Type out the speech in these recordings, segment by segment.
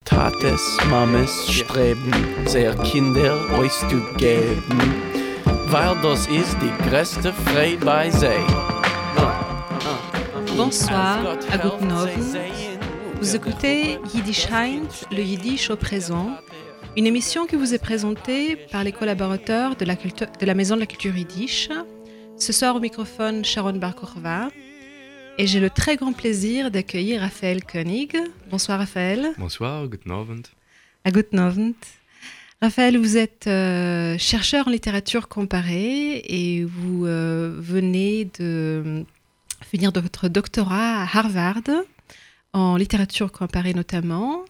Tates, Mames streben, sehr Kinder euch zu geben, weil das ist die größte Freude bei sie. Bonsoir, à Guten Abend. Vous écoutez Yiddishheim, le Yiddish au présent, une émission qui vous est présentée par les collaborateurs de la Maison de la Culture Yiddish. Ce soir au microphone Sharon Bar-Korva. Et j'ai le très grand plaisir d'accueillir Raphaël Koenig. Bonsoir Raphaël. Bonsoir, Guten Abend. À Guten Abend. Raphaël, vous êtes chercheur en littérature comparée et vous venez de finir de votre doctorat à Harvard, en littérature comparée notamment.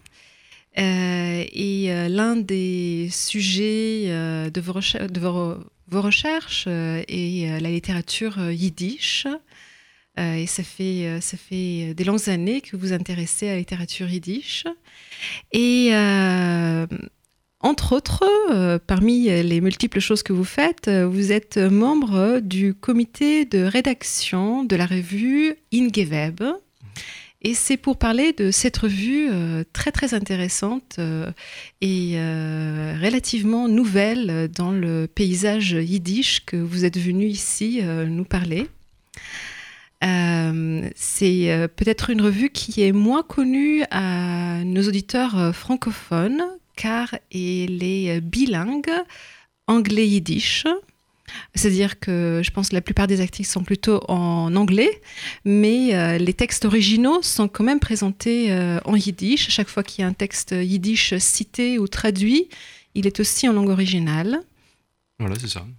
L'un des sujets de vos recherches est la littérature yiddish. Et ça fait des longues années que vous vous intéressez à la littérature yiddish. Et entre autres, parmi les multiples choses que vous faites, vous êtes membre du comité de rédaction de la revue Ingeweb. Et c'est pour parler de cette revue très très intéressante et relativement nouvelle dans le paysage yiddish que vous êtes venu ici nous parler. C'est peut-être une revue qui est moins connue à nos auditeurs francophones car elle est bilingue anglais-yiddish. C'est-à-dire que je pense que la plupart des articles sont plutôt en anglais, mais les textes originaux sont quand même présentés en yiddish. À chaque fois qu'il y a un texte yiddish cité ou traduit, il est aussi en langue originale. Voilà, c'est ça.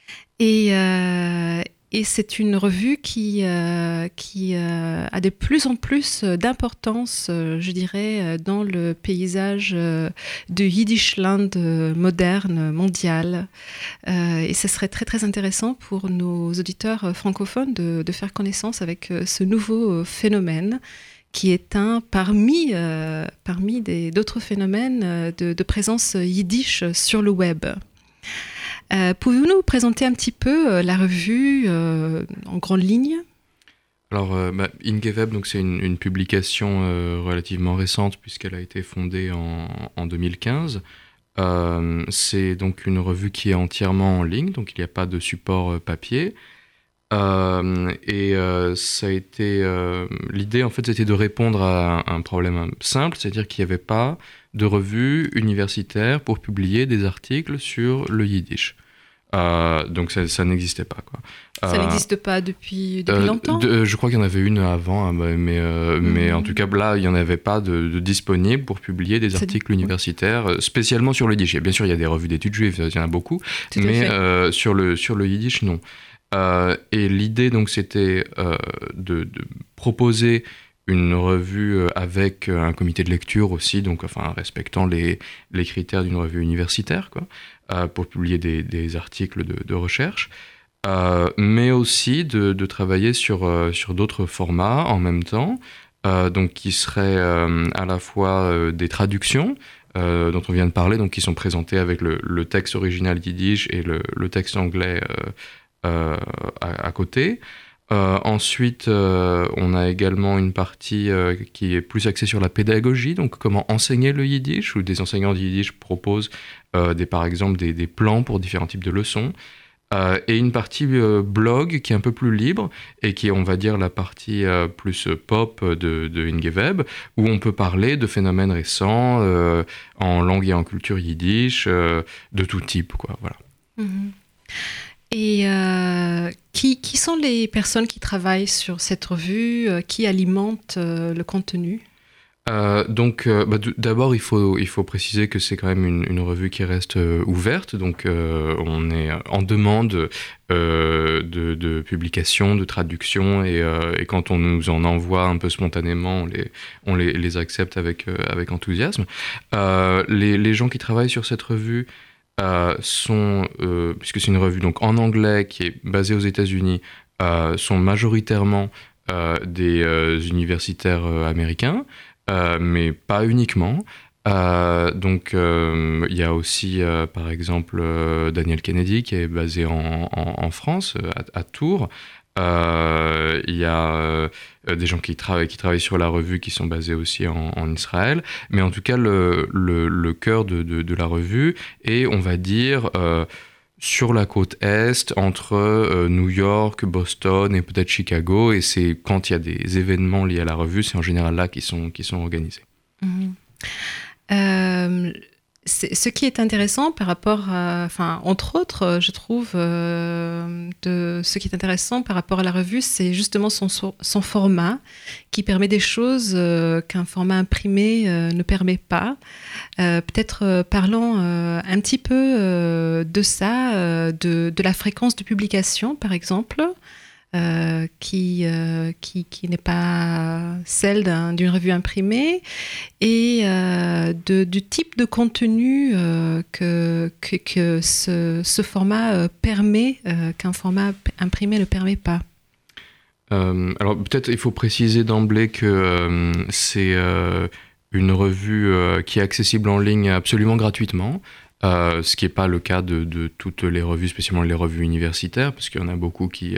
Et c'est une revue qui a de plus en plus d'importance, je dirais, dans le paysage de Yiddishland moderne, mondial. Et ce serait très très intéressant pour nos auditeurs francophones de faire connaissance avec ce nouveau phénomène qui est un parmi d'autres phénomènes de présence yiddish sur le web. Pouvez-vous nous présenter un petit peu la revue en grandes lignes ? Alors, Ingeweb, donc c'est une publication relativement récente puisqu'elle a été fondée en 2015. C'est donc une revue qui est entièrement en ligne, donc il n'y a pas de support papier. Ça a été l'idée en fait, c'était de répondre à un problème simple, c'est-à-dire qu'il n'y avait pas de revue universitaire pour publier des articles sur le yiddish. Donc ça n'existait pas, quoi. Ça n'existe pas depuis longtemps. Je crois qu'il y en avait une avant, mais en tout cas là, il n'y en avait pas de disponible pour publier des articles universitaires spécialement sur le yiddish. Bien sûr, il y a des revues d'études juives, il y en a beaucoup, mais sur le yiddish, non. Et l'idée, donc, c'était de proposer une revue avec un comité de lecture aussi, donc enfin respectant les critères d'une revue universitaire, quoi, pour publier des articles de recherche, mais aussi de travailler sur d'autres formats en même temps, donc qui seraient à la fois des traductions dont on vient de parler, donc qui sont présentées avec le texte original yiddish et le texte anglais à côté. Ensuite, on a également une partie qui est plus axée sur la pédagogie, donc comment enseigner le yiddish, où des enseignants de yiddish proposent par exemple des plans pour différents types de leçons, et une partie blog qui est un peu plus libre et qui est, on va dire, la partie plus pop de Ingeweb, où on peut parler de phénomènes récents en langue et en culture yiddish, de tout type, quoi, voilà. Mm-hmm. Et qui sont les personnes qui travaillent sur cette revue, qui alimentent le contenu ? D'abord, il faut préciser que c'est quand même une revue qui reste ouverte, donc on est en demande de publication, de traduction, et quand on nous en envoie un peu spontanément, on les accepte avec enthousiasme. Les gens qui travaillent sur cette revue sont, puisque c'est une revue donc en anglais qui est basée aux États-Unis, sont majoritairement des universitaires américains, mais pas uniquement. Donc il y a aussi par exemple Daniel Kennedy qui est basé en France, à Tours, Il y a des gens qui travaillent sur la revue qui sont basés aussi en Israël. Mais en tout cas, le cœur de la revue est, on va dire, sur la côte Est, entre New York, Boston et peut-être Chicago. Et c'est quand il y a des événements liés à la revue, c'est en général là qui sont organisés. Ce qui est intéressant par rapport à, entre autres, je trouve, ce qui est intéressant par rapport à la revue, c'est justement son format, qui permet des choses qu'un format imprimé ne permet pas. Peut-être parlons un petit peu de ça, de la fréquence de publication, par exemple. Qui n'est pas celle d'une revue imprimée, et du type de contenu que ce format permet, qu'un format imprimé ne permet pas. Alors peut-être il faut préciser d'emblée que c'est une revue qui est accessible en ligne absolument gratuitement. Ce qui n'est pas le cas de toutes les revues, spécialement les revues universitaires, parce qu'il y en a beaucoup qui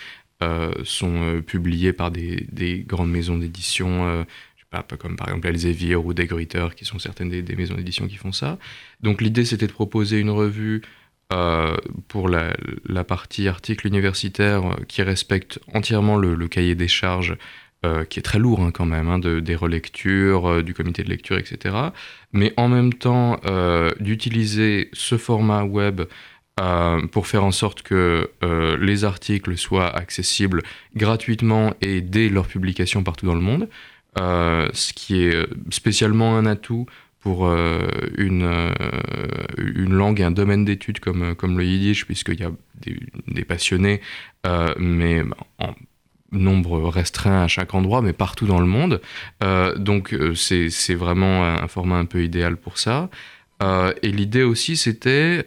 sont publiées par des grandes maisons d'édition, je sais pas comme par exemple Elsevier ou De Gruyter, qui sont certaines des maisons d'édition qui font ça. Donc l'idée, c'était de proposer une revue pour la partie article universitaire qui respecte entièrement le cahier des charges, qui est très lourd quand même, des relectures, du comité de lecture, etc. Mais en même temps, d'utiliser ce format web pour faire en sorte que les articles soient accessibles gratuitement et dès leur publication partout dans le monde, ce qui est spécialement un atout pour une langue et un domaine d'études comme le yiddish, puisqu'il y a des passionnés, mais en nombre restreint à chaque endroit, mais partout dans le monde. Donc c'est vraiment un format un peu idéal pour ça. Et l'idée aussi, c'était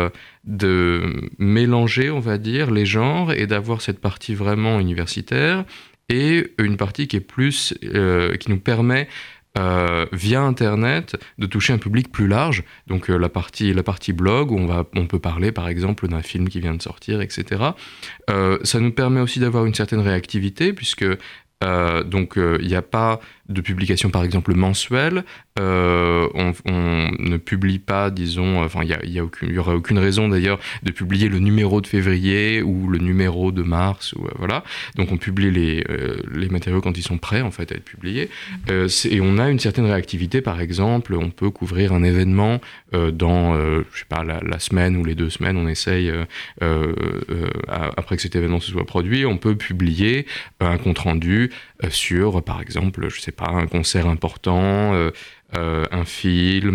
de mélanger, on va dire, les genres et d'avoir cette partie vraiment universitaire et une partie qui est plus, qui nous permet via Internet de toucher un public plus large. Donc la partie blog où on peut parler par exemple d'un film qui vient de sortir, etc. Ça nous permet aussi d'avoir une certaine réactivité puisque donc il n'y a pas de publication par exemple mensuelle, on ne publie pas, disons, enfin il y aurait aucune raison d'ailleurs de publier le numéro de février ou le numéro de mars, ou voilà. Donc on publie les matériaux quand ils sont prêts en fait à être publiés, et on a une certaine réactivité. Par exemple, on peut couvrir un événement dans je sais pas la semaine ou les 2 semaines, on essaye après que cet événement se soit produit, on peut publier un compte rendu sur par exemple, je sais pas, un concert important, un film,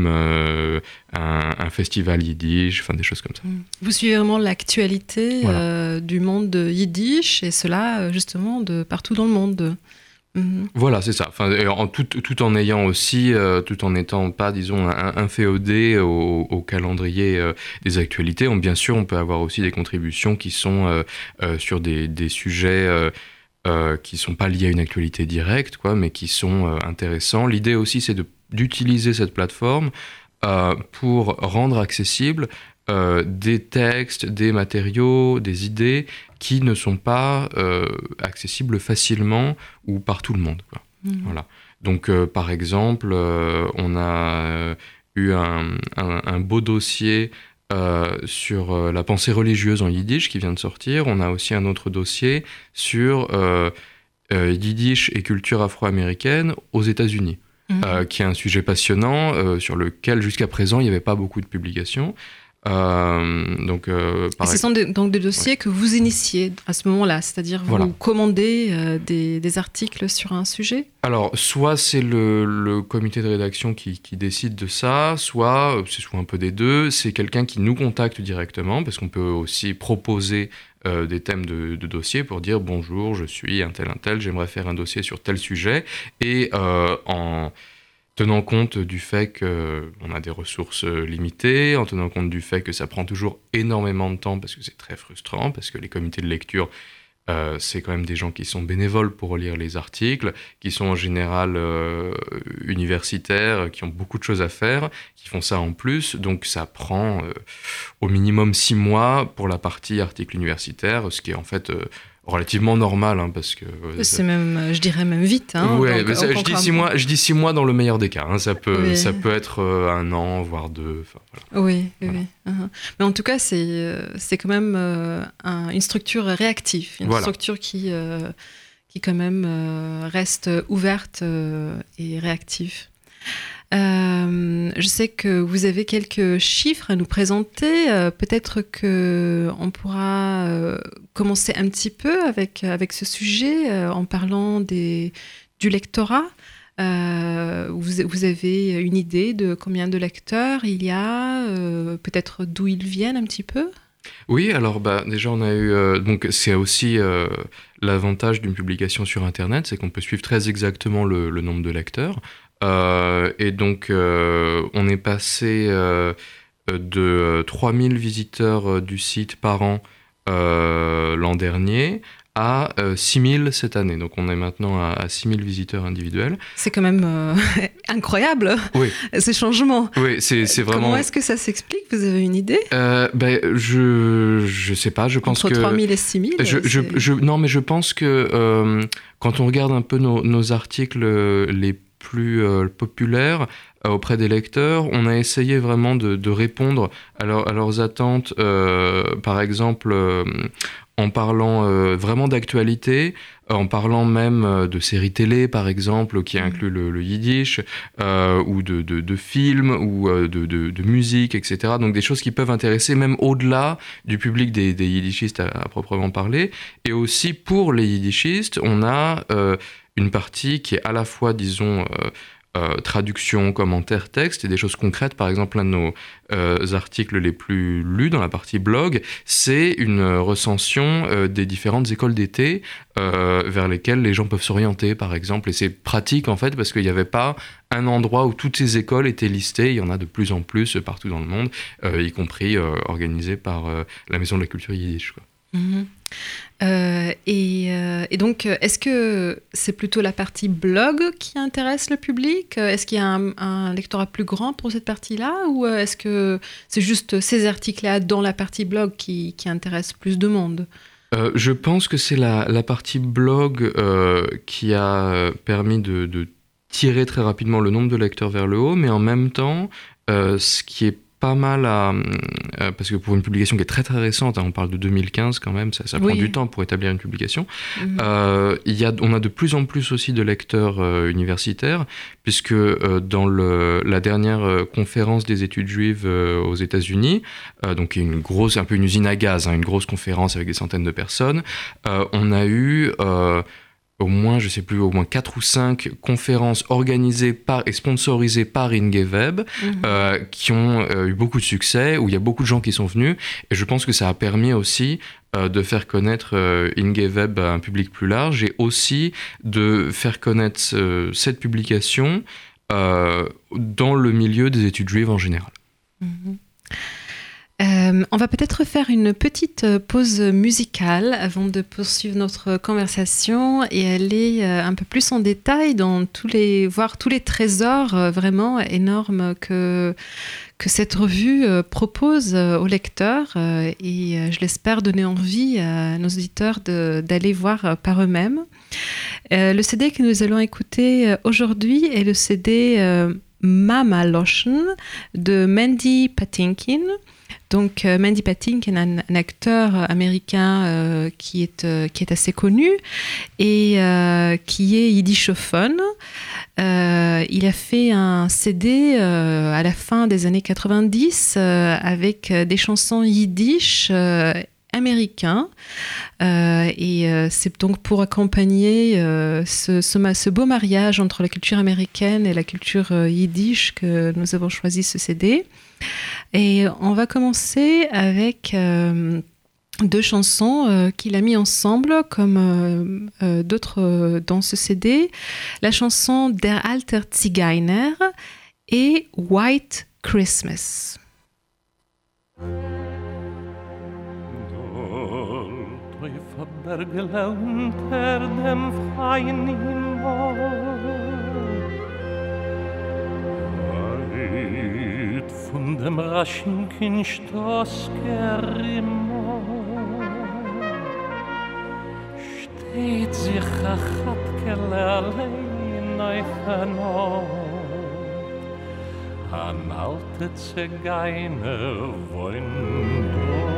un festival yiddish, enfin des choses comme ça. Vous suivez vraiment l'actualité du monde yiddish, et cela justement de partout dans le monde. Voilà, c'est ça. Enfin, tout en ayant aussi, tout en n'étant pas, disons, inféodé au calendrier des actualités. Bien sûr, on peut avoir aussi des contributions qui sont sur des sujets qui ne sont pas liés à une actualité directe, quoi, mais qui sont intéressants. L'idée aussi, c'est d'utiliser cette plateforme pour rendre accessible des textes, des matériaux, des idées qui ne sont pas accessibles facilement ou par tout le monde, quoi. Voilà. Donc, par exemple, on a eu un beau dossier sur la pensée religieuse en yiddish qui vient de sortir. On a aussi un autre dossier sur yiddish et culture afro-américaine aux États-Unis, qui est un sujet passionnant sur lequel jusqu'à présent il n'y avait pas beaucoup de publications. Et ce sont donc des dossiers que vous initiez à ce moment-là, c'est-à-dire vous commandez des articles sur un sujet ? Alors, soit c'est le comité de rédaction qui décide de ça, soit c'est souvent un peu des deux, c'est quelqu'un qui nous contacte directement, parce qu'on peut aussi proposer des thèmes de dossiers pour dire « Bonjour, je suis un tel, j'aimerais faire un dossier sur tel sujet », et en tenant compte du fait qu'on a des ressources limitées, en tenant compte du fait que ça prend toujours énormément de temps parce que c'est très frustrant, parce que les comités de lecture, c'est quand même des gens qui sont bénévoles pour relire les articles, qui sont en général universitaires, qui ont beaucoup de choses à faire, qui font ça en plus, donc ça prend au minimum 6 mois pour la partie article universitaire, ce qui est en fait relativement normal, hein, parce que... c'est même, je dirais même vite. Hein, ouais, donc, je dis 6 mois dans le meilleur des cas. Hein, ça peut être 1 an, voire 2. Voilà. Oui. Uh-huh. Mais en tout cas, c'est quand même une structure réactive, une structure qui quand même reste ouverte et réactive. Je sais que vous avez quelques chiffres à nous présenter. Peut-être qu'on pourra commencer un petit peu avec ce sujet en parlant du lectorat. Vous avez une idée de combien de lecteurs il y a, peut-être d'où ils viennent un petit peu ? Oui, alors déjà on a eu... donc c'est aussi l'avantage d'une publication sur Internet, c'est qu'on peut suivre très exactement le nombre de lecteurs. Et donc, on est passé de 3000 visiteurs du site par an l'an dernier à 6000 cette année. Donc, on est maintenant à 6000 visiteurs individuels. C'est quand même incroyable, ces changements. Oui, c'est vraiment... Comment est-ce que ça s'explique ? Vous avez une idée ? Je sais pas, je pense Entre que... 3000 et 6000 Non, mais je pense que quand on regarde un peu nos articles les plus populaires auprès des lecteurs, on a essayé vraiment de répondre à leurs attentes, par exemple en parlant vraiment d'actualité, en parlant même de séries télé par exemple qui incluent le yiddish, ou de films, ou de musique, etc. Donc des choses qui peuvent intéresser même au-delà du public des yiddishistes à proprement parler. Et aussi pour les yiddishistes, on a une partie qui est à la fois, disons, traduction, commentaire, texte, et des choses concrètes. Par exemple, l'un de nos articles les plus lus dans la partie blog, c'est une recension des différentes écoles d'été vers lesquelles les gens peuvent s'orienter, par exemple. Et c'est pratique, en fait, parce qu'il n'y avait pas un endroit où toutes ces écoles étaient listées. Il y en a de plus en plus partout dans le monde, y compris organisées par la Maison de la Culture Yiddish, quoi. Mm-hmm. Et donc, est-ce que c'est plutôt la partie blog qui intéresse le public ? Est-ce qu'il y a un lectorat plus grand pour cette partie-là ? Ou est-ce que c'est juste ces articles-là dans la partie blog qui intéressent plus de monde ? Je pense que c'est la partie blog qui a permis de tirer très rapidement le nombre de lecteurs vers le haut, mais en même temps, ce qui est pas mal parce que pour une publication qui est très très récente, hein, on parle de 2015 quand même, ça prend du temps pour établir une publication. Mm-hmm. On a de plus en plus aussi de lecteurs universitaires, puisque dans la dernière conférence des études juives aux États-Unis, donc une grosse, un peu une usine à gaz, hein, une grosse conférence avec des centaines de personnes, on a eu au moins 4 ou 5 conférences organisées par et sponsorisées par Ingeweb, qui ont eu beaucoup de succès, où il y a beaucoup de gens qui sont venus, et je pense que ça a permis aussi de faire connaître Ingeweb à un public plus large, et aussi de faire connaître cette publication dans le milieu des études juives en général. On va peut-être faire une petite pause musicale avant de poursuivre notre conversation et aller un peu plus en détail dans voir tous les trésors vraiment énormes que cette revue propose aux lecteurs, et je l'espère donner envie à nos auditeurs d'aller voir par eux-mêmes. Le CD que nous allons écouter aujourd'hui est le CD Mama Lotion de Mandy Patinkin. Donc Mandy Patinkin est un acteur américain qui est assez connu et qui est yiddishophone. Il a fait un CD à la fin des années 90 avec des chansons yiddish américains, et c'est donc pour accompagner ce beau mariage entre la culture américaine et la culture yiddish que nous avons choisi ce CD. Et on va commencer avec 2 chansons qu'il a mis ensemble comme d'autres dans ce CD. La chanson Der Alter Zigeuner et White Christmas. Bergele unter dem freien Himmel, weit von dem raschen Kindstoß gerimmel, steht sich a Chatkel allein auf der Not. An alte Zigeiner wohnt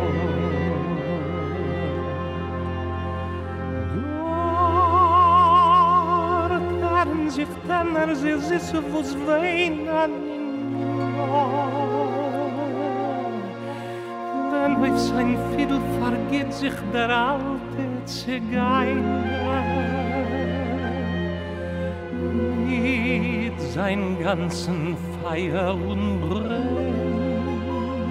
dort. Dort sich Tänner, sie sitzen, wo's weinen in Not. Wenn auf sein Fiedel vergeht sich der alte Zigeiner mit sein ganzen Feier und Brenn.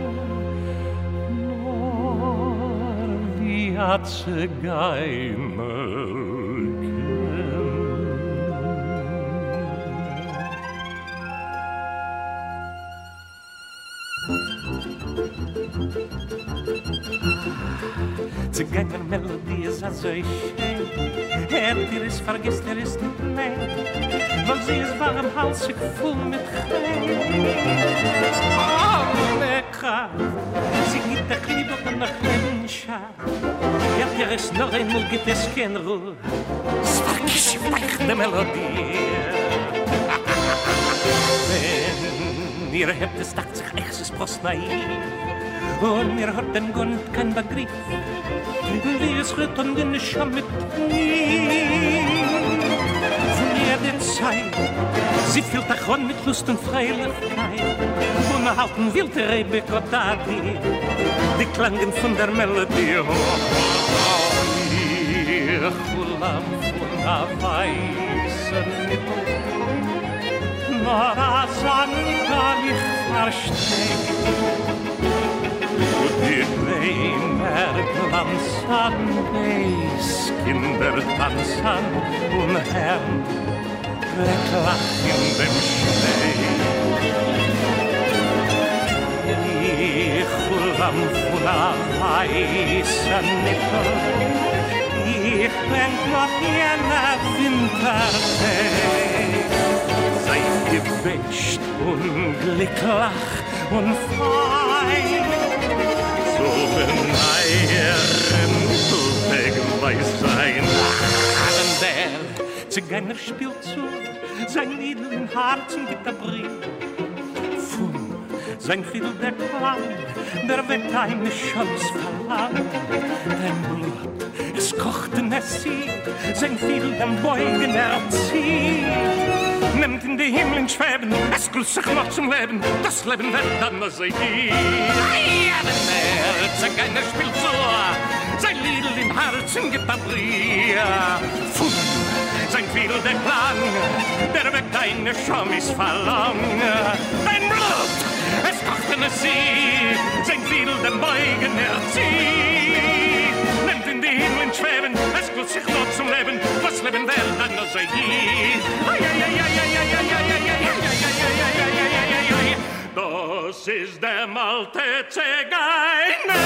Nur wie a Zigeiner Zigeiner Melodie ist so schön. Dir ist vergisst, ist nicht mehr. Weil sie ist warm, halsig, voll mit Creme. Oh, lecker! Sie gibt der Liebe und nach Leidenschaft. Dir ist noch einmal, gibt es keine Ruhe. Es vergisst die weiche Melodie. Wenn ihr habt es, dacht sich, es ist bloß naiv. Und ihr hört den Grund kein Begriff. Wie es wird und in schon mit mir. Von jeder Zeit, sie füllt auch an mit Lust und Freilichkeit. Und erhalten will der Rebecca Dadi, die Klangen von der Melodie. Ich will am von der weißen Mittel, nur als an kann ich verstehen. Die Träner glanzen, Kinder tanzen und Herrn Glücklach in dem Schnee. Ich will am von der weißen Nippel, ich denk noch jener Wintertag. Seid gewäscht und glücklach und fein, so beneierem Mittelweg weiß sein. Und der Zigeiner spielt zu, sein Liedl im Herzen gibt der Brief. Fum, sein Fiedel der Klang, der weckt eine Chance verlangen. Dein Blut, es kocht und es sieht, sein Fiedel den Beugen erzieht. Nimmt in die Himmel schweben, es grüßt sich noch zum Leben, das Leben wird dann nur sein Gier. Ja, der Zigeiner spielt so, sein Liedl im Herzen gibt ein Brief. Fum, sein Fiedel der Klang, der weckt eine Chance verlangen. Dein Blut, es kocht und es sieht, sein Fiedel den Beugen erzieht. Nimmt in die Himmel schweben, es grüßt sich noch zum Leben, das Leben wird dann nur sein Gier. Das ist der alte Zigeiner.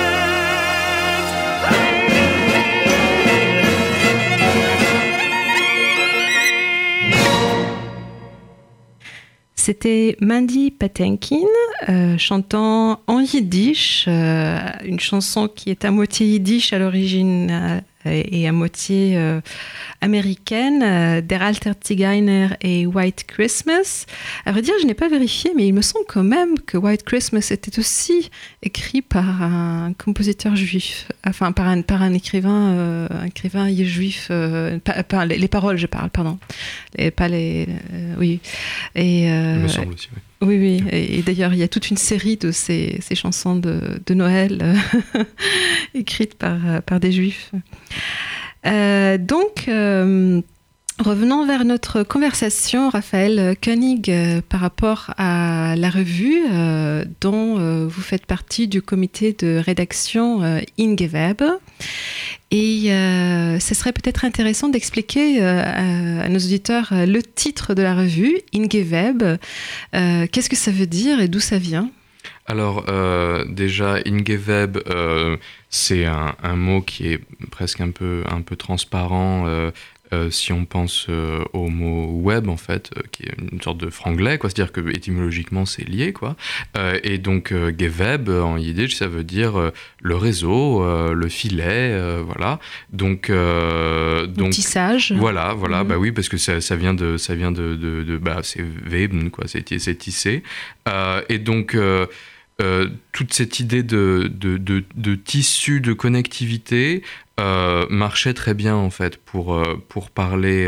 C'était Mandy Patinkin chantant en yiddish, une chanson qui est à moitié yiddish à l'origine et à moitié américaine, Der Alter Zigeiner et White Christmas. À vrai dire, je n'ai pas vérifié, mais il me semble quand même que White Christmas était aussi écrit par un compositeur juif, enfin par un écrivain juif, les paroles, je parle, pardon, pas les, oui. Et, il me semble aussi, oui. Oui. Et d'ailleurs, il y a toute une série de ces chansons de Noël écrites par des juifs. Donc, revenons vers notre conversation, Raphaël Koenig, par rapport à la revue dont vous faites partie du comité de rédaction Ingeweb. Et ce serait peut-être intéressant d'expliquer à nos auditeurs le titre de la revue, Ingeweb. Qu'est-ce que ça veut dire et d'où ça vient ? Alors, déjà, Ingeweb, c'est un mot qui est presque un peu transparent, si on pense au mot web, en fait, qui est une sorte de franglais, quoi, c'est-à-dire que étymologiquement c'est lié, quoi. Et donc geweb en yiddish, ça veut dire le réseau, le filet, voilà. Donc tissage. Voilà, bah oui, parce que ça vient de c'est weben, quoi, c'est tissé. Et donc toute cette idée de tissu, de connectivité marchait très bien en fait pour parler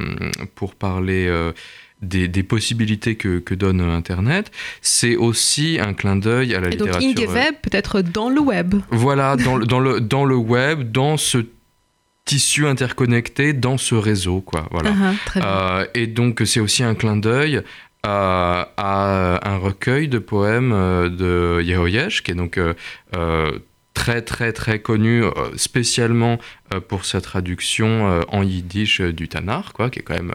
des possibilités que donne Internet. C'est aussi un clin d'œil à la littérature. Et donc Ingeweb peut-être dans le web. Voilà, dans le web, dans ce tissu interconnecté, dans ce réseau, quoi. Voilà. Très bien. Et donc c'est aussi un clin d'œil à un recueil de poèmes de Yehoyesh, qui est donc très très très connu, spécialement pour sa traduction en yiddish du Tanakh, quoi, qui est quand même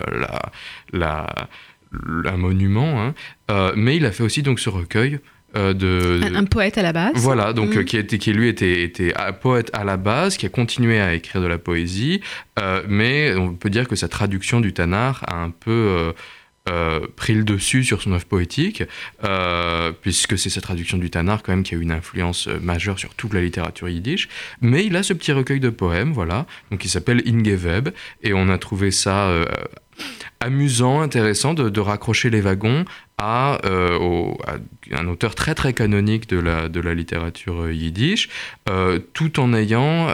un monument. Hein. Mais il a fait aussi donc ce recueil. Un poète à la base. Voilà, donc qui lui était poète à la base, qui a continué à écrire de la poésie, mais on peut dire que sa traduction du Tanakh a un peu pris le dessus sur son œuvre poétique, puisque c'est sa traduction du Tanakh quand même qui a eu une influence majeure sur toute la littérature yiddish. Mais il a ce petit recueil de poèmes, voilà, donc il s'appelle Ingeweb, et on a trouvé ça amusant, intéressant de raccrocher les wagons à un auteur très très canonique de la littérature yiddish, tout en ayant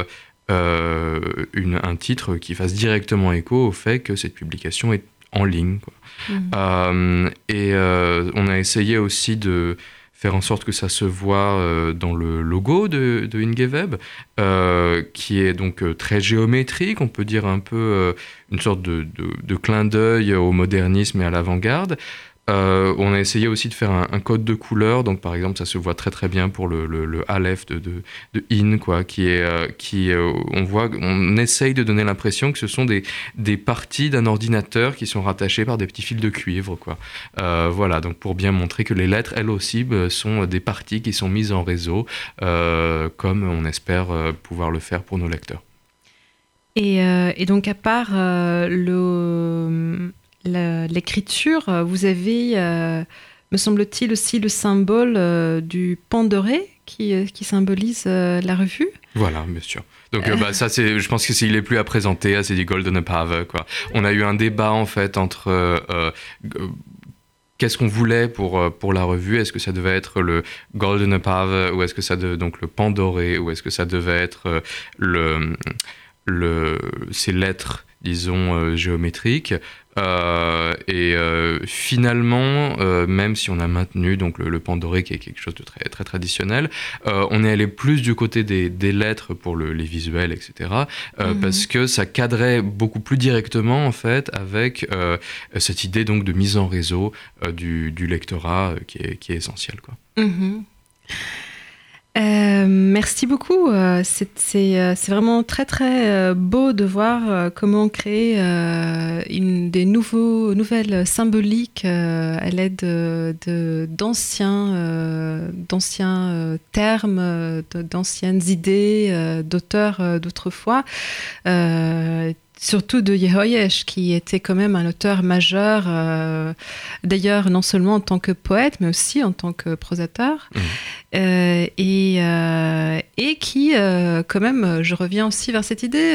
un titre qui fasse directement écho au fait que cette publication est en ligne, quoi. Et on a essayé aussi de faire en sorte que ça se voit dans le logo de Ingeweb, qui est donc très géométrique, on peut dire un peu une sorte de clin d'œil au modernisme et à l'avant-garde. On a essayé aussi de faire un code de couleurs, donc par exemple ça se voit très très bien pour le Aleph de In, quoi, on essaye de donner l'impression que ce sont des parties d'un ordinateur qui sont rattachées par des petits fils de cuivre, quoi. Voilà, donc pour bien montrer que les lettres elles aussi sont des parties qui sont mises en réseau, comme on espère pouvoir le faire pour nos lecteurs. Et donc à part l'écriture, vous avez, me semble-t-il, aussi le symbole du pan doré qui symbolise la revue. Voilà, bien sûr. Donc ça, je pense qu'il est plus à présenter, c'est du Golden Pave, quoi. On a eu un débat en fait entre qu'est-ce qu'on voulait pour la revue. Est-ce que ça devait être le Golden Pave, ou est-ce que donc le pan doré, ou est-ce que ça devait être ces lettres, disons, géométriques. Finalement, même si on a maintenu donc le pan doré qui est quelque chose de très très traditionnel, on est allé plus du côté des lettres pour les visuels, etc. Parce que ça cadrait beaucoup plus directement en fait avec cette idée donc de mise en réseau du lectorat qui est essentielle, quoi. Merci beaucoup. C'est vraiment très très beau de voir comment créer des nouvelles symboliques à l'aide d'anciens termes, d'anciennes idées d'auteurs d'autrefois. Surtout de Yehoyesh, qui était quand même un auteur majeur, d'ailleurs non seulement en tant que poète, mais aussi en tant que prosateur, et qui, quand même, je reviens aussi vers cette idée,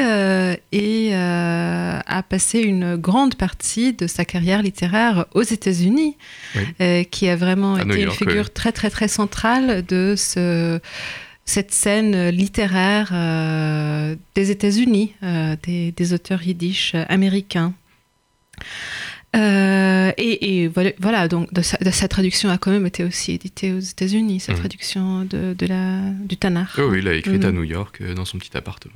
a passé une grande partie de sa carrière littéraire aux États-Unis, qui a vraiment été une figure très très très centrale de cette scène littéraire des États-Unis, des auteurs yiddish américains. Et voilà, donc sa traduction a quand même été aussi éditée aux États-Unis, sa traduction du Tanakh. Oh oui, il a écrit à New York, dans son petit appartement.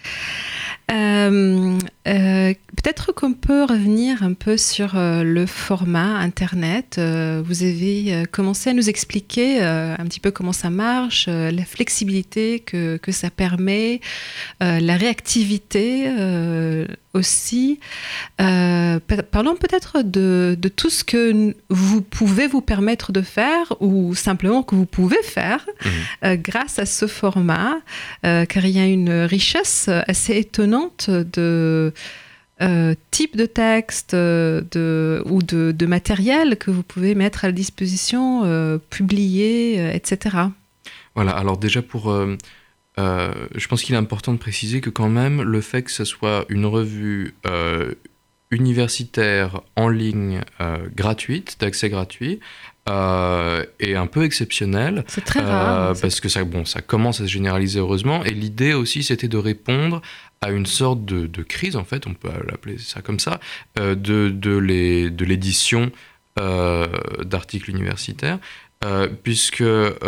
Peut-être qu'on peut revenir un peu sur le format Internet. Vous avez commencé à nous expliquer un petit peu comment ça marche, la flexibilité que ça permet, la réactivité aussi. Parlons peut-être de tout ce que vous pouvez vous permettre de faire ou simplement que vous pouvez faire grâce à ce format, car il y a une richesse assez étonnante type de texte ou de matériel que vous pouvez mettre à la disposition, publier, etc. Voilà, alors déjà je pense qu'il est important de préciser que quand même, le fait que ce soit une revue universitaire en ligne gratuite, d'accès gratuit, est un peu exceptionnel. C'est très rare. Parce que ça commence à se généraliser heureusement. Et l'idée aussi, c'était de répondre à une sorte de crise, en fait, on peut l'appeler ça comme ça, de l'édition d'articles universitaires, puisque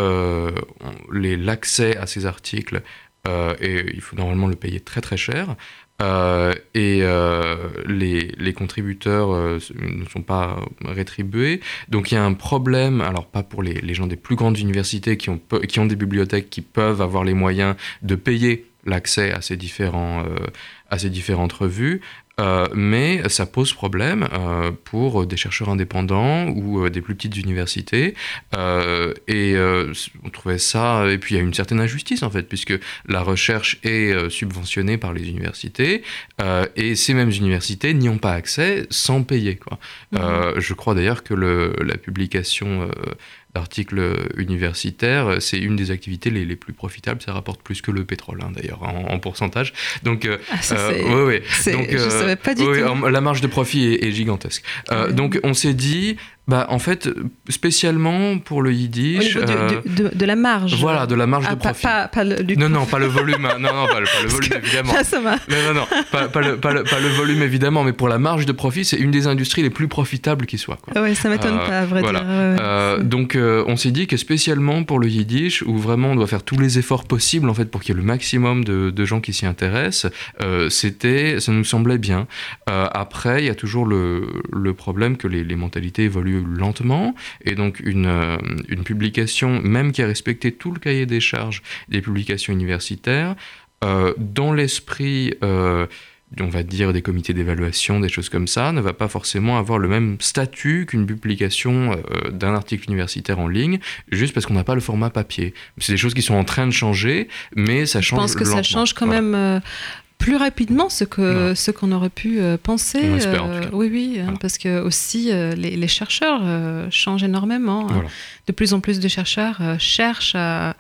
l'accès à ces articles, il faut normalement le payer très très cher. Les contributeurs ne sont pas rétribués. Donc il y a un problème, alors pas pour les gens des plus grandes universités qui ont des bibliothèques qui peuvent avoir les moyens de payer l'accès à ces différentes revues, mais ça pose problème pour des chercheurs indépendants ou des plus petites universités. On trouvait ça... Et puis il y a une certaine injustice en fait, puisque la recherche est subventionnée par les universités et ces mêmes universités n'y ont pas accès sans payer, quoi. Je crois d'ailleurs que la publication... d'articles universitaires, c'est une des activités les plus profitables, ça rapporte plus que le pétrole, d'ailleurs, en pourcentage. Donc, je ne savais pas du tout. La marge de profit est gigantesque. Donc, on s'est dit, en fait, spécialement pour le yiddish... Au niveau de la marge. Voilà, de la marge de profit. Pas le non, pas le volume. Non, pas le volume, évidemment. Pas le volume, évidemment, mais pour la marge de profit, c'est une des industries les plus profitables qui soit, quoi. Oui, ça m'étonne pas, à vrai dire. Donc, on s'est dit que spécialement pour le yiddish, où vraiment on doit faire tous les efforts possibles, en fait, pour qu'il y ait le maximum de gens qui s'y intéressent, ça nous semblait bien. Après, il y a toujours le problème que les mentalités évoluent lentement, et donc une publication, même qui a respecté tout le cahier des charges des publications universitaires, dans l'esprit, on va dire, des comités d'évaluation, des choses comme ça, ne va pas forcément avoir le même statut qu'une publication d'un article universitaire en ligne, juste parce qu'on n'a pas le format papier. C'est des choses qui sont en train de changer, mais ça change lentement. Je pense que ça change quand même... plus rapidement ce qu'on aurait pu penser. On espère, en tout cas. Oui, voilà. Parce que aussi les chercheurs changent énormément. Voilà. De plus en plus de chercheurs cherchent à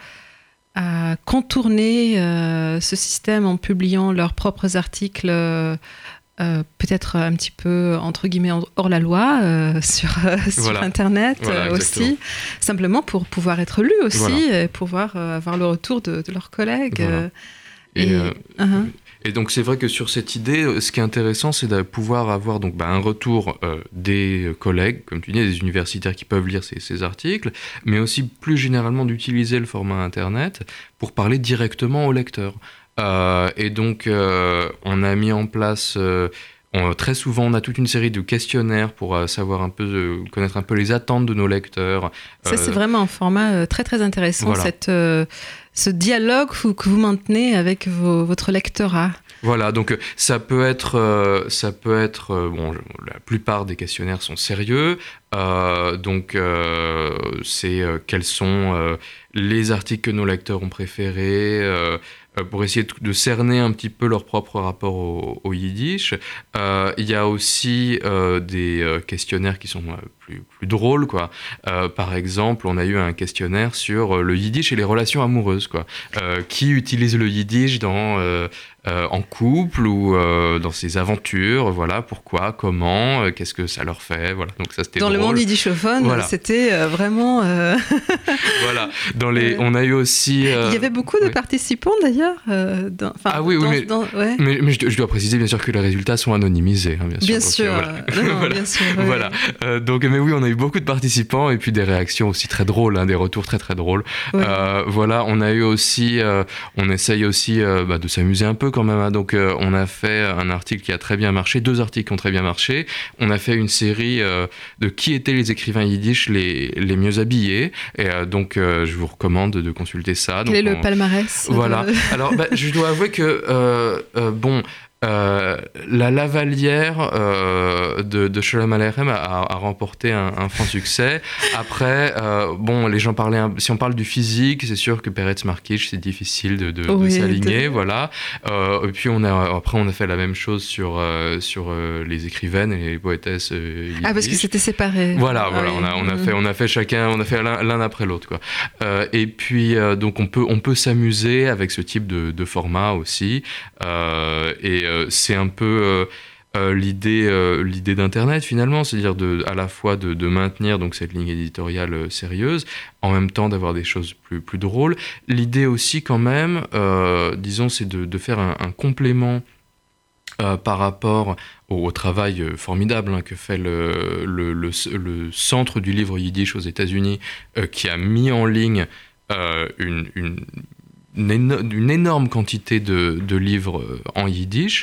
contourner ce système en publiant leurs propres articles, peut-être un petit peu, entre guillemets, hors la loi, sur Internet aussi, simplement pour pouvoir être lus aussi, et pouvoir avoir le retour de leurs collègues. Voilà. Et donc c'est vrai que sur cette idée, ce qui est intéressant, c'est de pouvoir avoir donc, un retour des collègues, comme tu dis, des universitaires qui peuvent lire ces articles, mais aussi plus généralement d'utiliser le format Internet pour parler directement aux lecteurs. Et donc on a mis en place... très souvent, on a toute une série de questionnaires pour savoir connaître un peu les attentes de nos lecteurs. Ça, c'est vraiment un format très très intéressant, voilà. Ce dialogue que vous maintenez avec votre lectorat. Voilà, donc ça peut être la plupart des questionnaires sont sérieux, c'est quels sont les articles que nos lecteurs ont préférés, pour essayer de cerner un petit peu leur propre rapport au yiddish. Il y a aussi des questionnaires qui sont plus drôles, quoi. Par exemple, on a eu un questionnaire sur le yiddish et les relations amoureuses, quoi. Qui utilise le yiddish en couple ou dans ses aventures, voilà, pourquoi, comment, qu'est-ce que ça leur fait, voilà. Donc ça, c'était dans drôle. Le monde yiddishophone, voilà. C'était vraiment... Voilà, on a eu aussi... Il y avait beaucoup de participants d'ailleurs. Mais je dois préciser bien sûr que les résultats sont anonymisés, hein, bien sûr. Bien sûr. Voilà. Mais oui, on a eu beaucoup de participants et puis des réactions aussi très drôles, hein, des retours très très drôles. Ouais. On a eu aussi... on essaye aussi de s'amuser un peu quand même, hein. Donc on a fait un article qui a très bien marché, 2 articles qui ont très bien marché. On a fait une série de qui étaient les écrivains yiddish les mieux habillés. Et donc je vous recommande de consulter ça. Quel est le palmarès? Voilà. Alors je dois avouer que La Lavalière de Sholem Aleichem a remporté un franc succès. Après, les gens parlaient. Si on parle du physique, c'est sûr que Peretz Markish, c'est difficile de s'aligner, voilà. Et puis on a fait la même chose sur les écrivaines et les poétesses. Parce que c'était séparé. Voilà. On a fait l'un après l'autre, quoi. Et puis donc on peut s'amuser avec ce type de format aussi. Et c'est un peu l'idée d'Internet finalement, c'est-à-dire à la fois de maintenir donc cette ligne éditoriale sérieuse, en même temps d'avoir des choses plus drôles. L'idée aussi quand même, disons, c'est de faire un complément par rapport au travail formidable que fait le Centre du livre yiddish aux États-Unis, qui a mis en ligne une énorme quantité de livres en yiddish,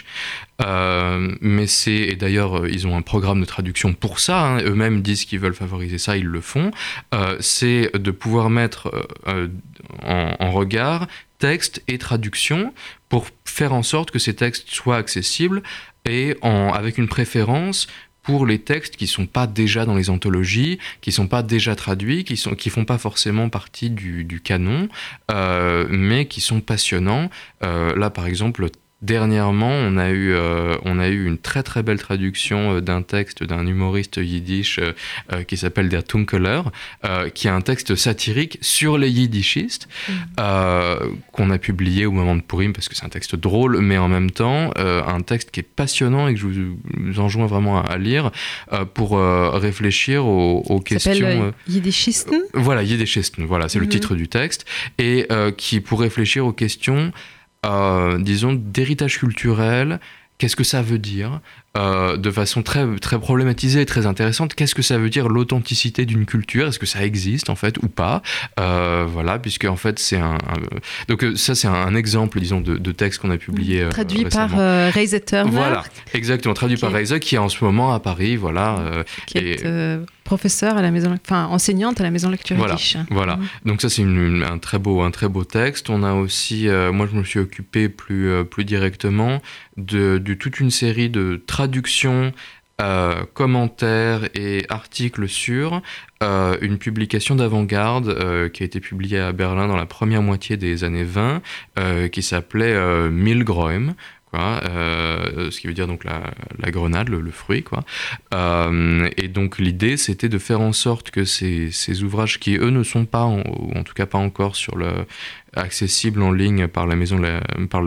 et d'ailleurs ils ont un programme de traduction pour ça, eux-mêmes disent qu'ils veulent favoriser ça, ils le font, c'est de pouvoir mettre en regard texte et traduction pour faire en sorte que ces textes soient accessibles et avec une préférence pour les textes qui ne sont pas déjà dans les anthologies, qui ne sont pas déjà traduits, qui ne font pas forcément partie du canon, mais qui sont passionnants. Là, par exemple, dernièrement, on a eu une très très belle traduction d'un texte d'un humoriste yiddish qui s'appelle Der Tunkeler, qui est un texte satirique sur les yiddishistes, qu'on a publié au moment de Purim, parce que c'est un texte drôle, mais en même temps un texte qui est passionnant et que je vous enjoins vraiment à lire pour réfléchir aux questions... Ça s'appelle Yiddishisten ? Voilà, Yiddishisten, voilà, c'est le titre du texte, et qui pour réfléchir aux questions disons, d'héritage culturel. Qu'est-ce que ça veut dire ? De façon très, très problématisée et très intéressante, qu'est-ce que ça veut dire l'authenticité d'une culture ? Est-ce que ça existe en fait ou pas ? Voilà, puisque en fait c'est donc ça c'est un exemple, disons, de texte qu'on a publié traduit récemment. par Reise Turner. Voilà, exactement, traduit par Reise, qui est en ce moment à Paris, voilà. Qui est professeur à la maison, enseignante à la maison lecture yiddish. Voilà. Donc ça c'est un très beau texte. On a aussi, moi je me suis occupé plus directement de toute une série de traductions, commentaires et articles sur une publication d'avant-garde qui a été publiée à Berlin dans la première moitié des années 20, qui s'appelait Milgräum. Ce qui veut dire donc la grenade, le fruit, quoi. Et donc l'idée c'était de faire en sorte que ces ouvrages qui eux ne sont pas, ou en tout cas pas encore accessibles en ligne par la maison, par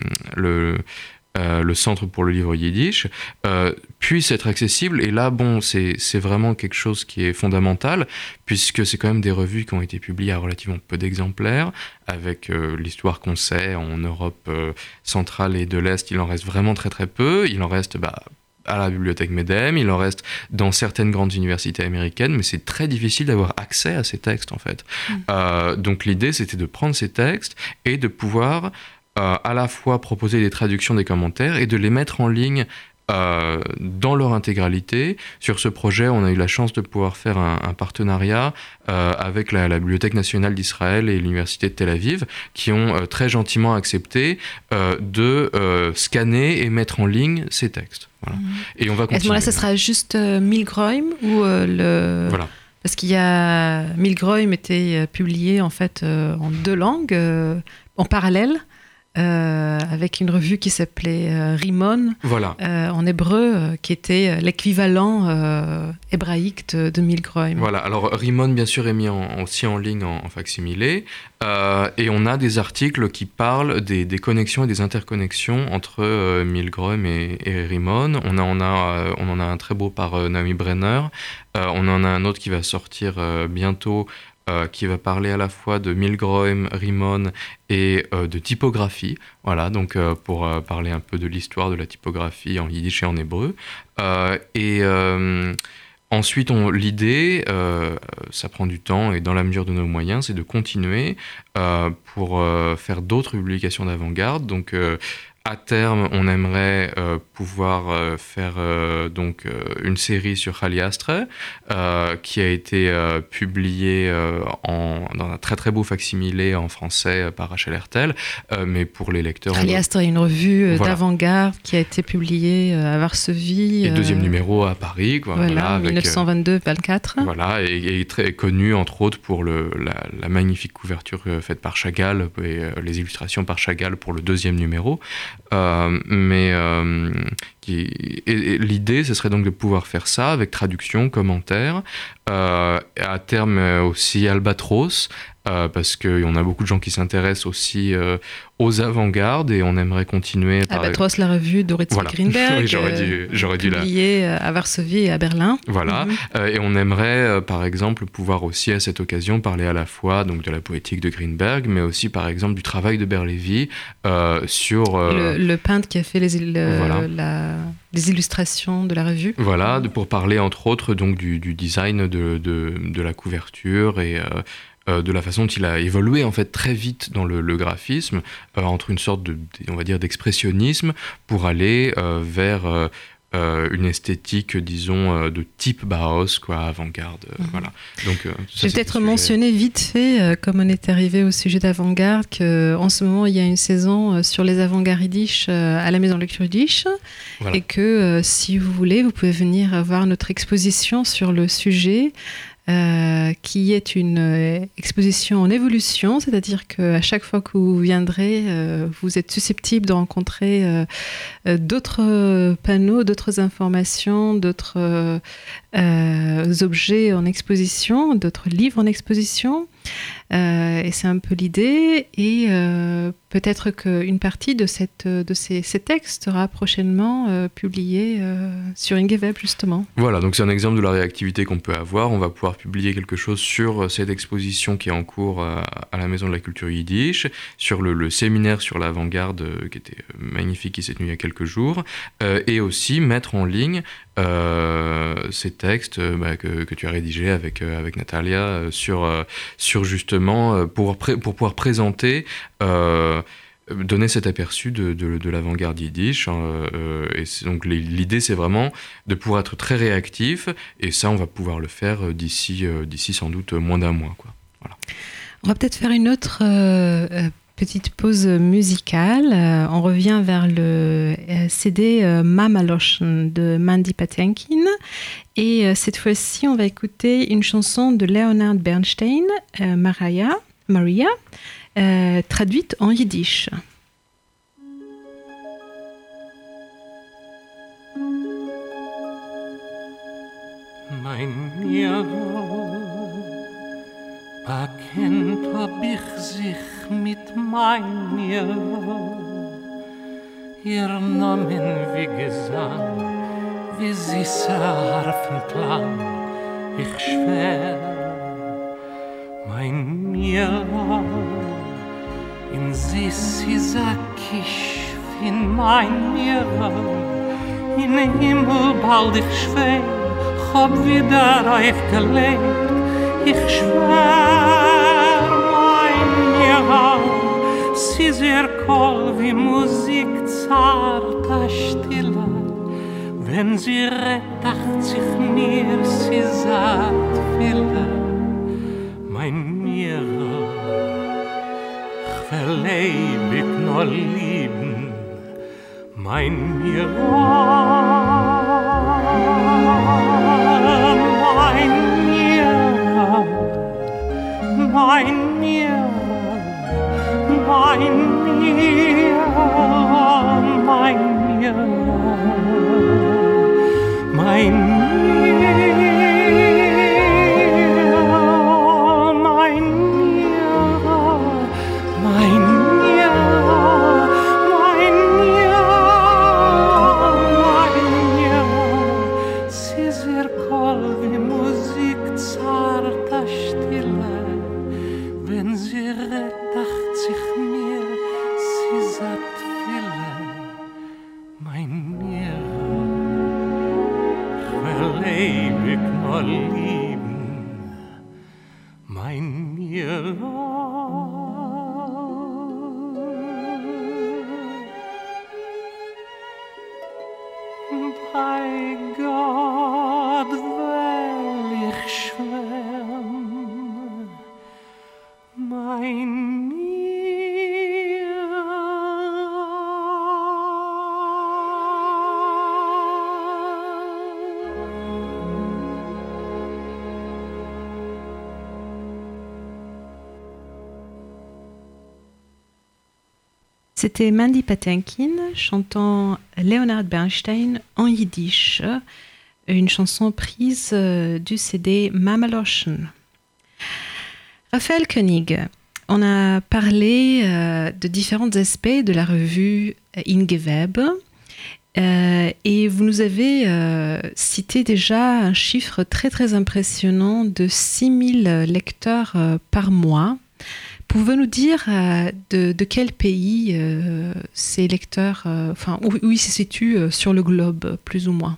le Centre pour le livre yiddish, puissent être accessibles. Et là, c'est vraiment quelque chose qui est fondamental, puisque c'est quand même des revues qui ont été publiées à relativement peu d'exemplaires, avec l'histoire qu'on sait en Europe centrale et de l'Est, il en reste vraiment très très peu. Il en reste à la bibliothèque Medem, il en reste dans certaines grandes universités américaines, mais c'est très difficile d'avoir accès à ces textes en fait. Donc l'idée c'était de prendre ces textes et de pouvoir à la fois proposer des traductions, des commentaires et de les mettre en ligne dans leur intégralité. Sur ce projet, on a eu la chance de pouvoir faire un partenariat avec la Bibliothèque nationale d'Israël et l'Université de Tel Aviv, qui ont très gentiment accepté de scanner et mettre en ligne ces textes. Voilà. Et on va continuer. À ce moment-là, ça sera juste Milgräum ou Voilà. Parce qu'il y a Milgräum était publié en fait en 2 langues en parallèle. Avec une revue qui s'appelait Rimon, voilà. En hébreu, qui était l'équivalent hébraïque de Milgräum. Voilà, alors Rimon bien sûr est mis aussi en ligne en facsimilé, et on a des articles qui parlent des connexions et des interconnexions entre Milgräum et Rimon. On en a un très beau par Naomi Brenner, on en a un autre qui va sortir bientôt, qui va parler à la fois de Milgräum, Rimon et de typographie, voilà, donc pour parler un peu de l'histoire de la typographie en yiddish et en hébreu. Ensuite, l'idée, ça prend du temps et dans la mesure de nos moyens, c'est de continuer pour faire d'autres publications d'avant-garde. Donc, à terme, on aimerait pouvoir faire donc une série sur Cagliastre qui a été publiée dans un très très beau facsimilé en français par Rachel Hertel, mais pour les lecteurs... Cagliastre est une revue d'avant-garde qui a été publiée à Varsovie. Et deuxième numéro à Paris. Voilà, 1922-24. Voilà, et très connu entre autres pour la magnifique couverture faite par Chagall et les illustrations par Chagall pour le deuxième numéro. L'idée, ce serait donc de pouvoir faire ça avec traduction, commentaires, à terme aussi Albatros, parce qu'on a beaucoup de gens qui s'intéressent aussi aux avant-gardes et on aimerait continuer par... Albatros, la revue d'Oretzi Greenberg, oui, j'aurais dû publiée à Varsovie et à Berlin. Voilà, et on aimerait par exemple pouvoir aussi à cette occasion parler à la fois donc, de la poétique de Greenberg, mais aussi par exemple du travail de Berlévi sur... Le peintre qui a fait les illustrations de la revue. Voilà, pour parler entre autres donc, du design de la couverture et... de la façon dont il a évolué en fait très vite dans le graphisme, entre une sorte on va dire d'expressionnisme pour aller vers une esthétique, disons, de type Bauhaus, quoi, avant-garde. Voilà. Donc, je vais peut-être mentionner vite fait, comme on est arrivé au sujet d'avant-garde, qu'en ce moment, il y a une saison sur les avant-gardes yiddish à la Maison de Lecture Yiddish, et que si vous voulez, vous pouvez venir voir notre exposition sur le sujet, qui est une exposition en évolution, c'est-à-dire qu'à chaque fois que vous viendrez, vous êtes susceptible de rencontrer d'autres panneaux, d'autres informations, d'autres objets en exposition, d'autres livres en exposition. Et c'est un peu l'idée, et peut-être qu'une partie de ces textes sera prochainement publiée sur IngeWeb justement. Voilà, donc c'est un exemple de la réactivité qu'on peut avoir. On va pouvoir publier quelque chose sur cette exposition qui est en cours à la Maison de la Culture Yiddish, sur le séminaire sur l'avant-garde qui était magnifique, qui s'est tenu il y a quelques jours, et aussi mettre en ligne ces textes que tu as rédigés avec Natalia sur justement pour pouvoir présenter donner cet aperçu de l'avant-garde yiddish, et donc l'idée c'est vraiment de pouvoir être très réactif, et ça on va pouvoir le faire d'ici sans doute moins d'un mois, quoi. Voilà. On va peut-être faire une autre petite pause musicale. On revient vers le CD Mamalochen de Mandy Patinkin. Et cette fois-ci, on va écouter une chanson de Leonard Bernstein, Maria, traduite en yiddish. Erkennt hab ich sich mit mir, ihr Namen wie Gesang, wie süßer Harfenklang, ich schwör, mein mir, in süß ist a Kisch in mein mir, in Himmel bald ich schwör, hab wieder aufgelebt, ich schwör, mein Jahr, sie sehr kohl wie Musik zarter Stille. Wenn sie rettacht sich mir, sie sagt viele. Mein Jahr, ich will ewig nur lieben, mein Jahr, mein mein mir, mein mir, mein mir, mein sein mir. C'était Mandy Patinkin chantant Leonard Bernstein en yiddish, une chanson prise du CD Mammaloschen. Raphaël Koenig, on a parlé de différents aspects de la revue Ingeweb et vous nous avez cité déjà un chiffre très très impressionnant de 6000 lecteurs par mois. Pouvez-vous nous dire de quel pays ces lecteurs, où ils se situent sur le globe, plus ou moins?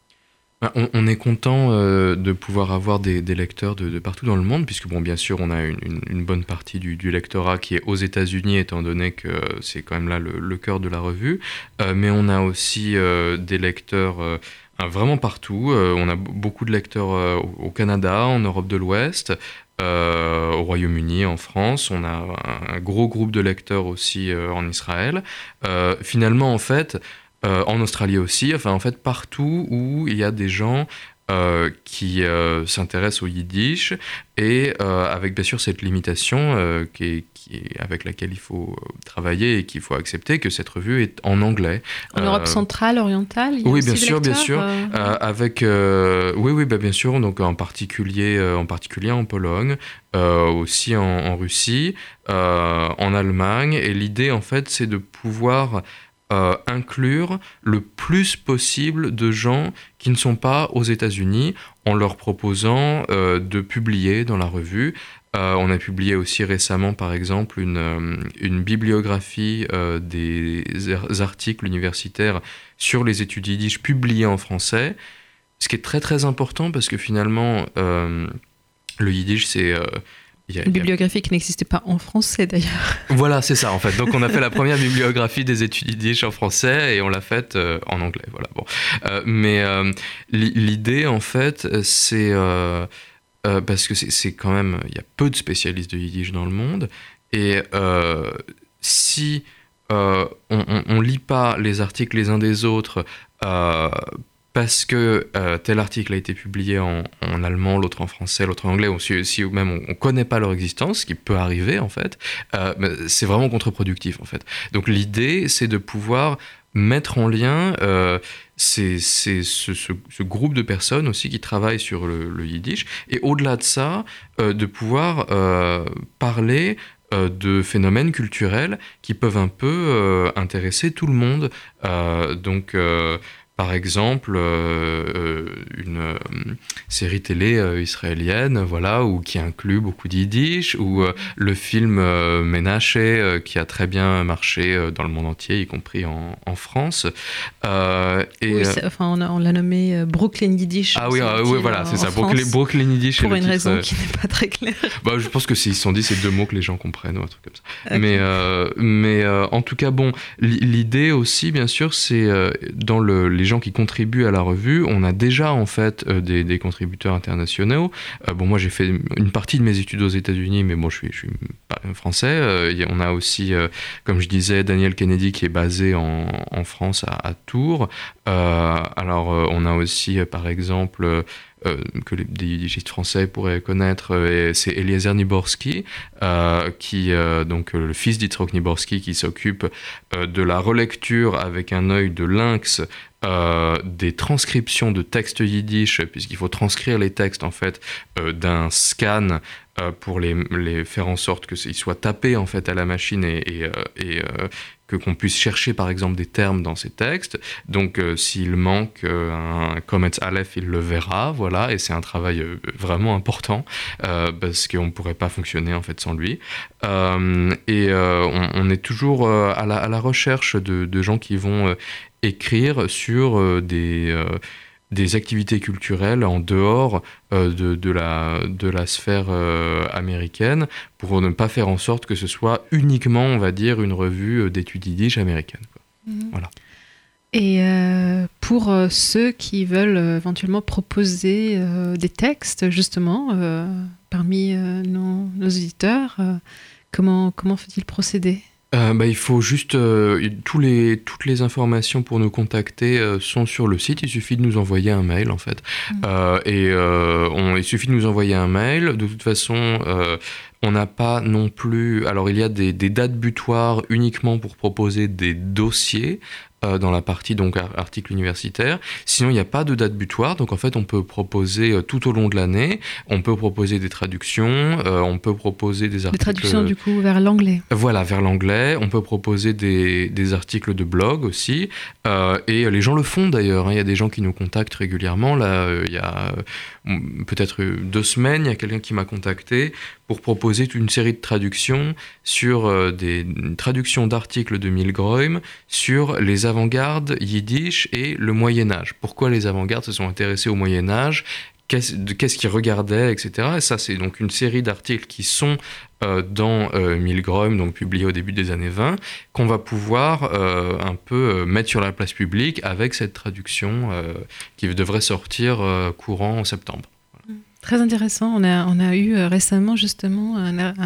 On est content de pouvoir avoir des lecteurs de partout dans le monde, puisque bon, bien sûr, on a une bonne partie du lectorat qui est aux États-Unis, étant donné que c'est quand même là le cœur de la revue. Mais on a aussi des lecteurs vraiment partout. On a beaucoup de lecteurs au Canada, en Europe de l'Ouest, au Royaume-Uni, en France. On a un gros groupe de lecteurs aussi en Israël. Finalement, en fait, en Australie aussi, en fait, partout où il y a des gens qui s'intéressent au yiddish et avec bien sûr cette limitation avec laquelle il faut travailler et qu'il faut accepter, que cette revue est en anglais. En Europe centrale, orientale, il y a oui, aussi bien sûr. Avec bien sûr, donc en particulier en Pologne, aussi en Russie, en Allemagne. Et l'idée, en fait, c'est de pouvoir inclure le plus possible de gens qui ne sont pas aux États-Unis en leur proposant de publier dans la revue. On a publié aussi récemment, par exemple, une bibliographie des articles universitaires sur les études yiddish publiés en français, ce qui est très très important parce que finalement, le yiddish, c'est... une bibliographie qui n'existait pas en français d'ailleurs. Voilà, c'est ça en fait. Donc on a fait la première bibliographie des études yiddish en français et on l'a faite en anglais. Voilà. Bon. Mais l'idée en fait, c'est parce que c'est quand même, il y a peu de spécialistes de yiddish dans le monde et si on lit pas les articles les uns des autres. Parce que tel article a été publié en allemand, l'autre en français, l'autre en anglais, ou si même on ne connaît pas leur existence, ce qui peut arriver en fait, c'est vraiment contre-productif en fait. Donc l'idée, c'est de pouvoir mettre en lien ce groupe de personnes aussi qui travaillent sur le yiddish, et au-delà de ça, de pouvoir parler de phénomènes culturels qui peuvent un peu intéresser tout le monde. Par exemple, une série télé israélienne, voilà, qui inclut beaucoup d'yiddish, ou le film Menaché, qui a très bien marché dans le monde entier, y compris en France. On l'a nommé Brooklyn Yiddish. Ah oui, voilà, c'est ça, Brooklyn Yiddish. Pour une raison qui n'est pas très claire. Je pense que s'ils se sont dit, c'est 2 mots que les gens comprennent, ou un truc comme ça. Okay. Mais en tout cas, bon, l'idée aussi, bien sûr, c'est dans les gens qui contribuent à la revue, on a déjà en fait des contributeurs internationaux. Moi j'ai fait une partie de mes études aux États-Unis, mais moi je suis pas français. On a aussi, comme je disais, Daniel Kennedy qui est basé en France à Tours. On a aussi par exemple que des yiddishistes français pourraient connaître, c'est Eliezer Niborski, qui donc le fils d'Yitzhak Niborski, qui s'occupe de la relecture avec un œil de lynx des transcriptions de textes yiddish, puisqu'il faut transcrire les textes en fait d'un scan pour les faire en sorte qu'ils soient tapés en fait à la machine et qu'on puisse chercher par exemple des termes dans ces textes. Donc s'il manque un Kometz Aleph, il le verra, voilà, et c'est un travail vraiment important parce qu'on ne pourrait pas fonctionner en fait sans lui. On est toujours à la recherche de gens qui vont écrire sur des activités culturelles en dehors de la sphère américaine, pour ne pas faire en sorte que ce soit uniquement, on va dire, une revue d'études yiddish américaine. Voilà. Et pour ceux qui veulent éventuellement proposer des textes, justement, parmi nos auditeurs, comment faut-il procéder ? Il faut juste... toutes les informations pour nous contacter sont sur le site. Il suffit de nous envoyer un mail, en fait. Il suffit de nous envoyer un mail. De toute façon, on n'a pas non plus... Alors, il y a des dates butoirs uniquement pour proposer des dossiers dans la partie donc articles universitaires. Sinon, il n'y a pas de date butoir. Donc, en fait, on peut proposer tout au long de l'année. On peut proposer des traductions. On peut proposer des articles... Des traductions, du coup, vers l'anglais. Voilà, vers l'anglais. On peut proposer des articles de blog aussi. Et les gens le font, d'ailleurs. Il y a des gens qui nous contactent régulièrement. Là, il y a peut-être 2 semaines, il y a quelqu'un qui m'a contacté pour proposer une série de traductions sur des traductions d'articles de Milgrom sur les avant-gardes yiddish et le Moyen-Âge. Pourquoi les avant-gardes se sont intéressés au Moyen-Âge ? Qu'est-ce qu'ils regardaient, etc. Et ça, c'est donc une série d'articles qui sont dans Milgrom, donc publiés au début des années 20, qu'on va pouvoir un peu mettre sur la place publique avec cette traduction qui devrait sortir courant en septembre. Très intéressant. On a eu récemment justement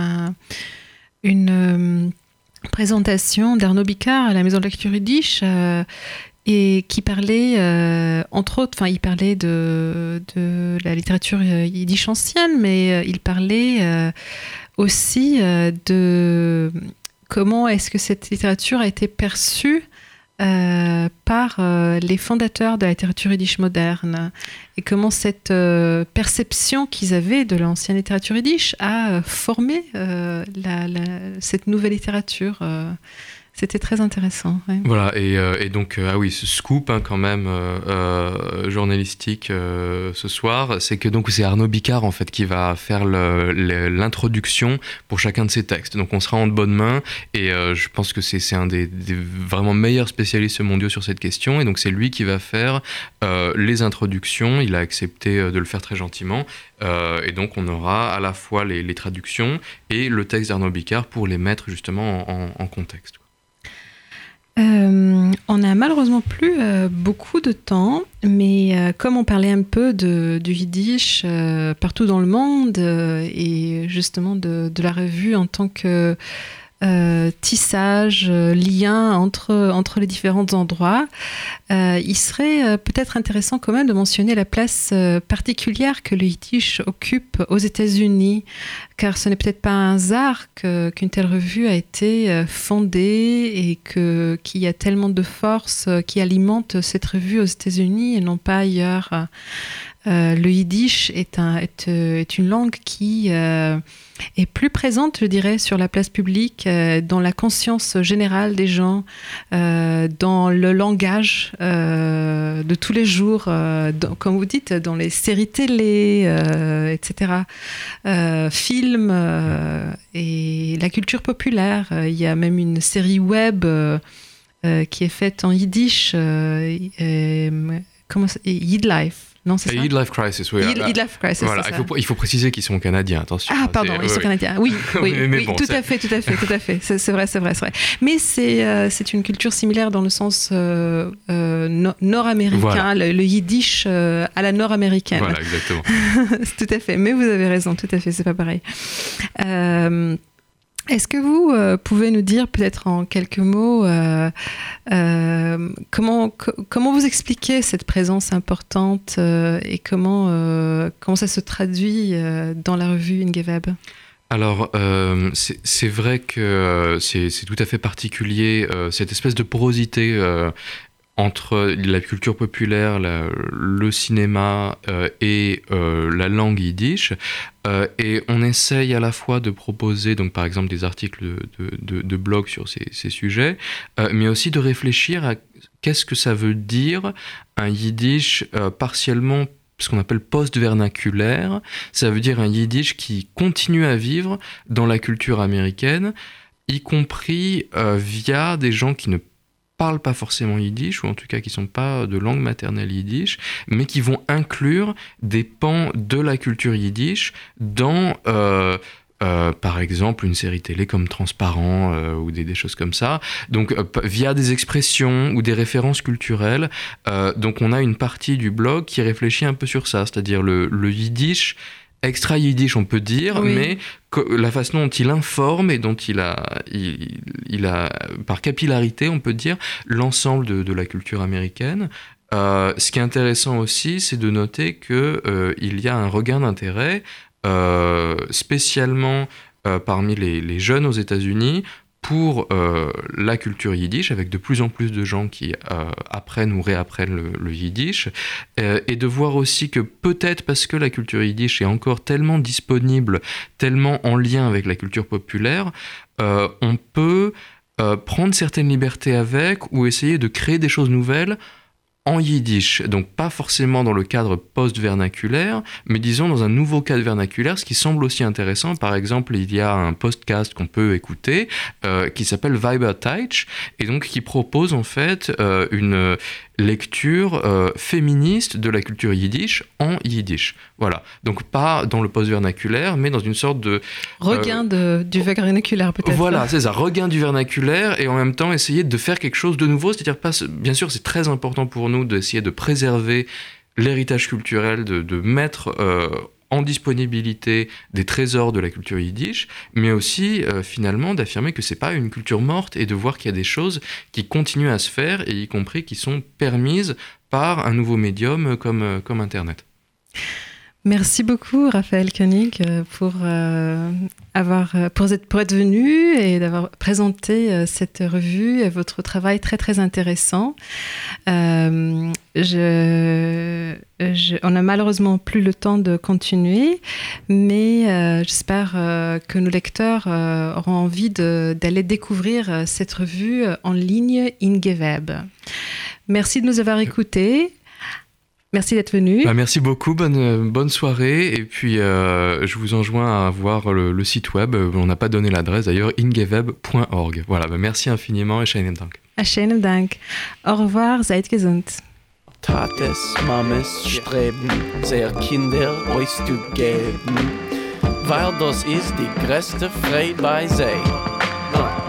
une présentation d'Arnaud Bicard à la Maison de lecture yiddish et qui parlait, entre autres, il parlait de la littérature yiddish ancienne, mais il parlait aussi de comment est-ce que cette littérature a été perçue par les fondateurs de la littérature yiddish moderne et comment cette perception qu'ils avaient de l'ancienne littérature yiddish a formé cette nouvelle littérature. C'était très intéressant. Ouais. Voilà, et donc, ce scoop quand même journalistique ce soir, c'est que donc, c'est Arnaud Bicard en fait qui va faire l'introduction pour chacun de ces textes. Donc on sera en de bonnes mains et je pense que c'est un des vraiment meilleurs spécialistes mondiaux sur cette question et donc c'est lui qui va faire les introductions. Il a accepté de le faire très gentiment et donc on aura à la fois les traductions et le texte d'Arnaud Bicard pour les mettre justement en contexte. On n'a malheureusement plus beaucoup de temps, mais comme on parlait un peu du yiddish partout dans le monde et justement de la revue en tant que tissage, lien entre les différents endroits, il serait peut-être intéressant quand même de mentionner la place particulière que le yiddish occupe aux États-Unis, car ce n'est peut-être pas un hasard qu'une telle revue a été fondée et qu'il y a tellement de force qui alimente cette revue aux États-Unis et non pas ailleurs. Le yiddish est une langue qui est plus présente, je dirais, sur la place publique, dans la conscience générale des gens, dans le langage de tous les jours, comme vous dites, dans les séries télé, etc., films et la culture populaire. Il y a même une série web qui est faite en yiddish, Yidlife. Non, c'est ça. Yidlife Crisis, oui. Yidlife Crisis, voilà, c'est ça. Il faut préciser qu'ils sont canadiens, attention. Ah, pardon, ils sont canadiens. Oui, mais bon, tout à fait. C'est vrai. Mais c'est une culture similaire dans le sens nord-américain, voilà. Le yiddish à la nord-américaine. Voilà, exactement. Tout à fait, mais vous avez raison, tout à fait, c'est pas pareil. Est-ce que vous pouvez nous dire peut-être en quelques mots comment vous expliquez cette présence importante et comment ça se traduit dans la revue Ingeweb ? Alors, c'est vrai que c'est tout à fait particulier, cette espèce de porosité entre la culture populaire, le cinéma et la langue yiddish. Et on essaye à la fois de proposer, donc, par exemple, des articles de blog sur ces sujets, mais aussi de réfléchir à qu'est-ce que ça veut dire un yiddish partiellement ce qu'on appelle post-vernaculaire. Ça veut dire un yiddish qui continue à vivre dans la culture américaine, y compris via des gens qui ne parlent pas forcément yiddish, ou en tout cas qui ne sont pas de langue maternelle yiddish, mais qui vont inclure des pans de la culture yiddish dans, par exemple, une série télé comme Transparent ou des choses comme ça. Donc, via des expressions ou des références culturelles. Donc, on a une partie du blog qui réfléchit un peu sur ça, c'est-à-dire le yiddish extra-yiddish, on peut dire, mais la façon dont il informe et dont il a, par capillarité, on peut dire, l'ensemble de la culture américaine. Ce qui est intéressant aussi, c'est de noter qu'il y a un regain d'intérêt, spécialement parmi les jeunes aux États-Unis, pour la culture yiddish, avec de plus en plus de gens qui apprennent ou réapprennent le yiddish, et de voir aussi que peut-être parce que la culture yiddish est encore tellement disponible, tellement en lien avec la culture populaire, on peut prendre certaines libertés avec ou essayer de créer des choses nouvelles en yiddish, donc pas forcément dans le cadre post-vernaculaire, mais disons dans un nouveau cadre vernaculaire, ce qui semble aussi intéressant. Par exemple, il y a un podcast qu'on peut écouter qui s'appelle Weiberteitsch, et donc qui propose en fait une lecture féministe de la culture yiddish en yiddish. Voilà, donc pas dans le post-vernaculaire, mais dans une sorte de... regain du vernaculaire peut-être. Voilà, c'est ça, regain du vernaculaire, et en même temps essayer de faire quelque chose de nouveau, c'est-à-dire pas... Bien sûr, c'est très important pour nous d'essayer de préserver l'héritage culturel, de mettre en disponibilité des trésors de la culture yiddish, mais aussi finalement d'affirmer que c'est pas une culture morte et de voir qu'il y a des choses qui continuent à se faire, et y compris qui sont permises par un nouveau médium comme Internet. Merci beaucoup, Raphaël Koenig, pour être venu et d'avoir présenté cette revue et votre travail très, très intéressant. On n'a malheureusement plus le temps de continuer, mais j'espère que nos lecteurs auront envie d'aller découvrir cette revue en ligne IngeWeb. Merci de nous avoir écoutés. Merci d'être venu. Merci beaucoup, bonne soirée. Et puis, je vous enjoins à voir le site web. On n'a pas donné l'adresse d'ailleurs, ingeweb.org. Voilà, merci infiniment et schönen Dank. Schönen Dank. Au revoir, seid gesund. Tates, Mames streben, sehr Kinder euch zu geben, weil das ist die größte Freude bei sie.